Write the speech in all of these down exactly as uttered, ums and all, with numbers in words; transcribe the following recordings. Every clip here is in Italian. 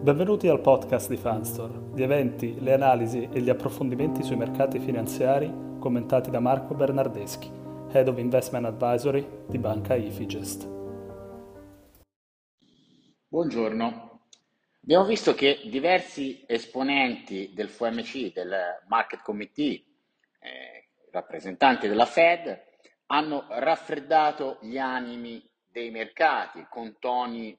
Benvenuti al podcast di Fanstore, gli eventi, le analisi e gli approfondimenti sui mercati finanziari commentati da Marco Bernardeschi, Head of Investment Advisory di Banca Ifigest. Buongiorno. Abbiamo visto che diversi esponenti del F O M C, del Market Committee, eh, rappresentanti della Fed, hanno raffreddato gli animi dei mercati con toni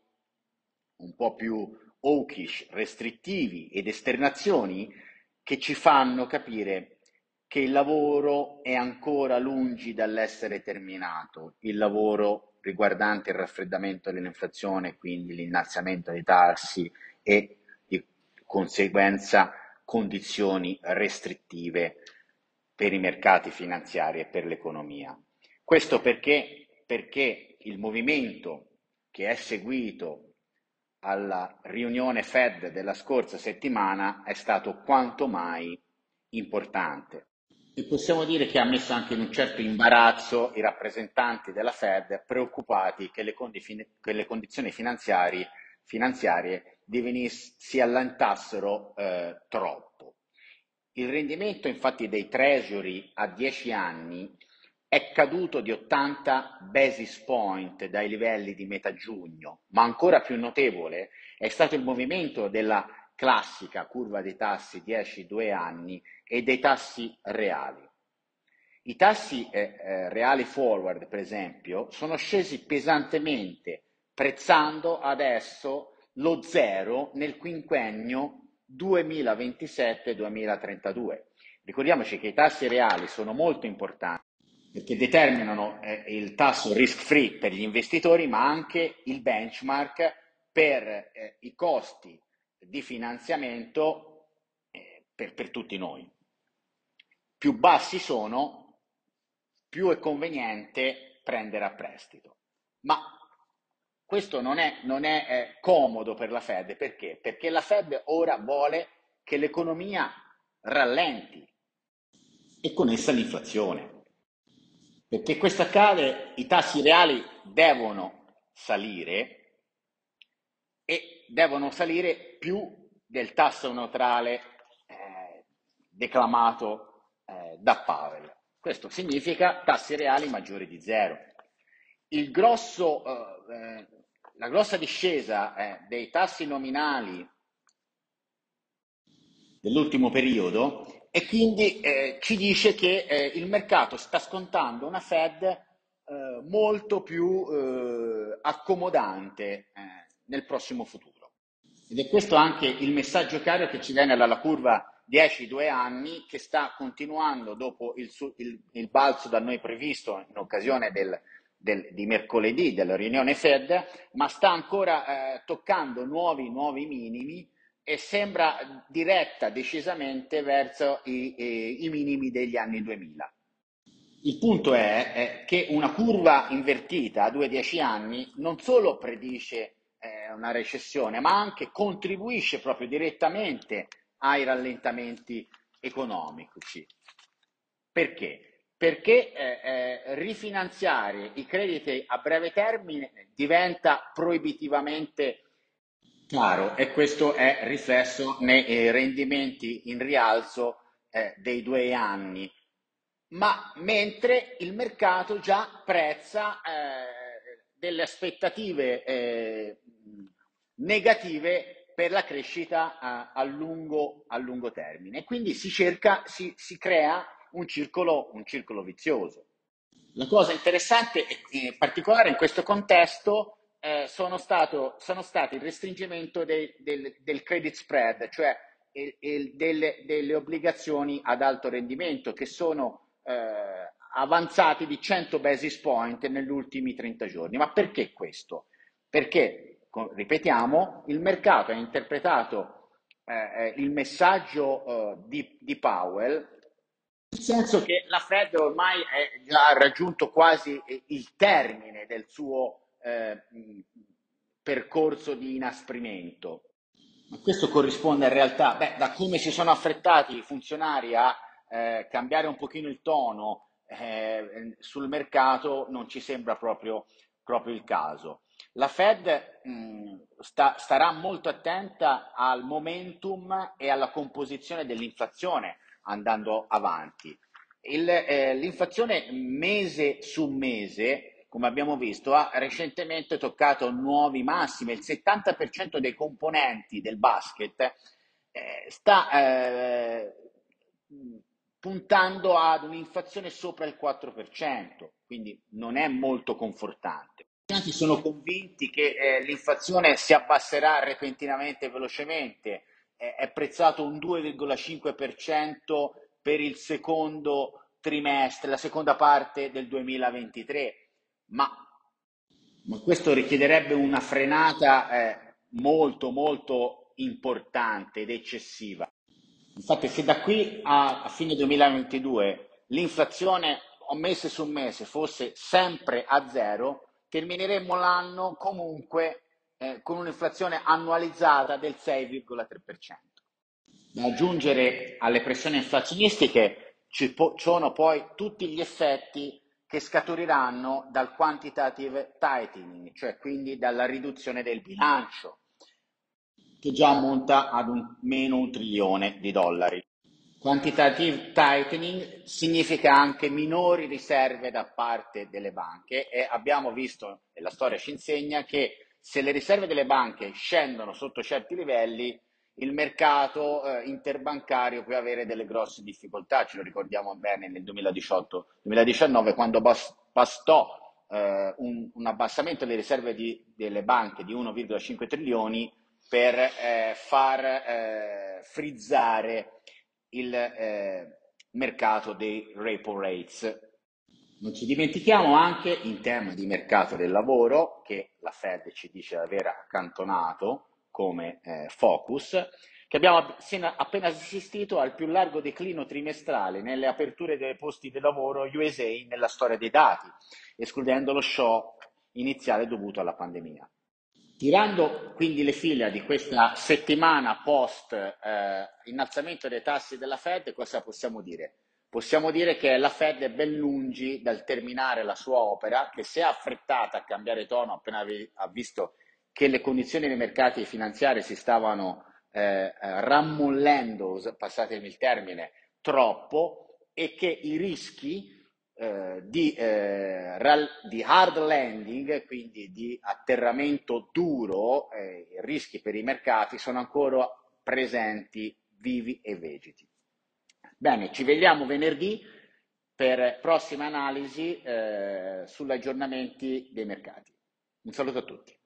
un po' più hawkish, restrittivi ed esternazioni che ci fanno capire che il lavoro è ancora lungi dall'essere terminato, il lavoro riguardante il raffreddamento dell'inflazione, quindi l'innalzamento dei tassi e di conseguenza condizioni restrittive per i mercati finanziari e per l'economia. Questo perché, perché il movimento che è seguito alla riunione Fed della scorsa settimana è stato quanto mai importante. E possiamo dire che ha messo anche in un certo imbarazzo i rappresentanti della Fed, preoccupati che le, condifine, che le condizioni finanziarie, finanziarie divenis, si allentassero eh, troppo. Il rendimento infatti dei treasury a dieci anni è caduto di ottanta basis point dai livelli di metà giugno, ma ancora più notevole è stato il movimento della classica curva dei tassi dieci due anni e dei tassi reali. I tassi eh, eh, reali forward, per esempio, sono scesi pesantemente, prezzando adesso lo zero nel quinquennio duemilaventisette duemilatrentadue. Ricordiamoci che i tassi reali sono molto importanti perché determinano eh, il tasso risk-free per gli investitori, ma anche il benchmark per eh, i costi di finanziamento eh, per, per tutti noi. Più bassi sono, più è conveniente prendere a prestito. Ma questo non è, non è eh, comodo per la Fed, perché? Perché la Fed ora vuole che l'economia rallenti e con essa l'inflazione. Perché questo accade, i tassi reali devono salire e devono salire più del tasso neutrale eh, declamato eh, da Powell. Questo significa tassi reali maggiori di zero. Il grosso, eh, la grossa discesa eh, dei tassi nominali dell'ultimo periodo e quindi eh, ci dice che eh, il mercato sta scontando una Fed eh, molto più eh, accomodante eh, nel prossimo futuro. Ed è questo anche il messaggio chiaro che ci viene dalla curva dieci due anni, che sta continuando dopo il, il, il balzo da noi previsto in occasione del, del, di mercoledì della riunione Fed, ma sta ancora eh, toccando nuovi, nuovi minimi e sembra diretta decisamente verso i, i, i minimi degli anni duemila. Il punto è, è che una curva invertita a due dieci anni non solo predice eh, una recessione, ma anche contribuisce proprio direttamente ai rallentamenti economici. Perché? Perché eh, eh, rifinanziare i crediti a breve termine diventa proibitivamente caro e questo è riflesso nei eh, rendimenti in rialzo eh, dei due anni, ma mentre il mercato già prezza eh, delle aspettative eh, negative per la crescita a, a, lungo, a lungo termine e quindi si cerca, si, si crea un circolo, un circolo vizioso. La cosa interessante, in particolare in questo contesto, eh, sono, stato, sono stati il restringimento de, del, del credit spread, cioè il, il, delle, delle obbligazioni ad alto rendimento che sono eh, avanzati di cento basis point negli ultimi trenta giorni. Ma perché questo? Perché, ripetiamo, il mercato ha interpretato eh, il messaggio eh, di, di Powell nel senso che la Fed ormai è già raggiunto quasi il termine del suo eh, percorso di inasprimento. Ma questo corrisponde in realtà, beh, da come si sono affrettati i funzionari a eh, cambiare un pochino il tono eh, sul mercato, non ci sembra proprio, proprio il caso. La Fed mh, sta- starà molto attenta al momentum e alla composizione dell'inflazione andando avanti. Il, eh, l'inflazione mese su mese, come abbiamo visto, ha recentemente toccato nuovi massimi. Il settanta per cento dei componenti del basket eh, sta eh, puntando ad un'inflazione sopra il quattro per cento, quindi non è molto confortante. I mercati sono convinti che eh, l'inflazione si abbasserà repentinamente e velocemente, eh, è prezzato un due virgola cinque per cento per il secondo trimestre, la seconda parte del duemilaventitré, ma, ma questo richiederebbe una frenata eh, molto molto importante ed eccessiva. Infatti, se da qui a, a fine duemilaventidue l'inflazione o mese su mese fosse sempre a zero, termineremmo l'anno comunque eh, con un'inflazione annualizzata del sei virgola tre per cento. Da aggiungere alle pressioni inflazionistiche ci po- sono poi tutti gli effetti che scaturiranno dal quantitative tightening, cioè quindi dalla riduzione del bilancio, che già ammonta ad un, meno un trilione di dollari. Quantitative tightening significa anche minori riserve da parte delle banche e abbiamo visto, e la storia ci insegna, che se le riserve delle banche scendono sotto certi livelli, il mercato eh, interbancario può avere delle grosse difficoltà. Ce lo ricordiamo bene nel duemiladiciotto-duemiladiciannove, quando bas- bastò eh, un, un abbassamento delle riserve di- delle banche di uno virgola cinque trilioni per eh, far eh, frizzare il eh, mercato dei repo rates. Non ci dimentichiamo anche, in tema di mercato del lavoro, che la Fed ci dice di aver accantonato come eh, focus, che abbiamo appena assistito al più largo declino trimestrale nelle aperture dei posti di lavoro U S A nella storia dei dati, escludendo lo shock iniziale dovuto alla pandemia. Tirando quindi le fila di questa settimana post eh, innalzamento dei tassi della Fed, cosa possiamo dire? Possiamo dire che la Fed è ben lungi dal terminare la sua opera, che si è affrettata a cambiare tono appena ha visto che le condizioni dei mercati finanziari si stavano eh, rammollendo, passatemi il termine, troppo, e che i rischi eh, di, eh, ral- di hard landing, quindi di atterramento duro, eh, i rischi per i mercati sono ancora presenti, vivi e vegeti. Bene, ci vediamo venerdì per prossime analisi eh, sugli aggiornamenti dei mercati. Un saluto a tutti.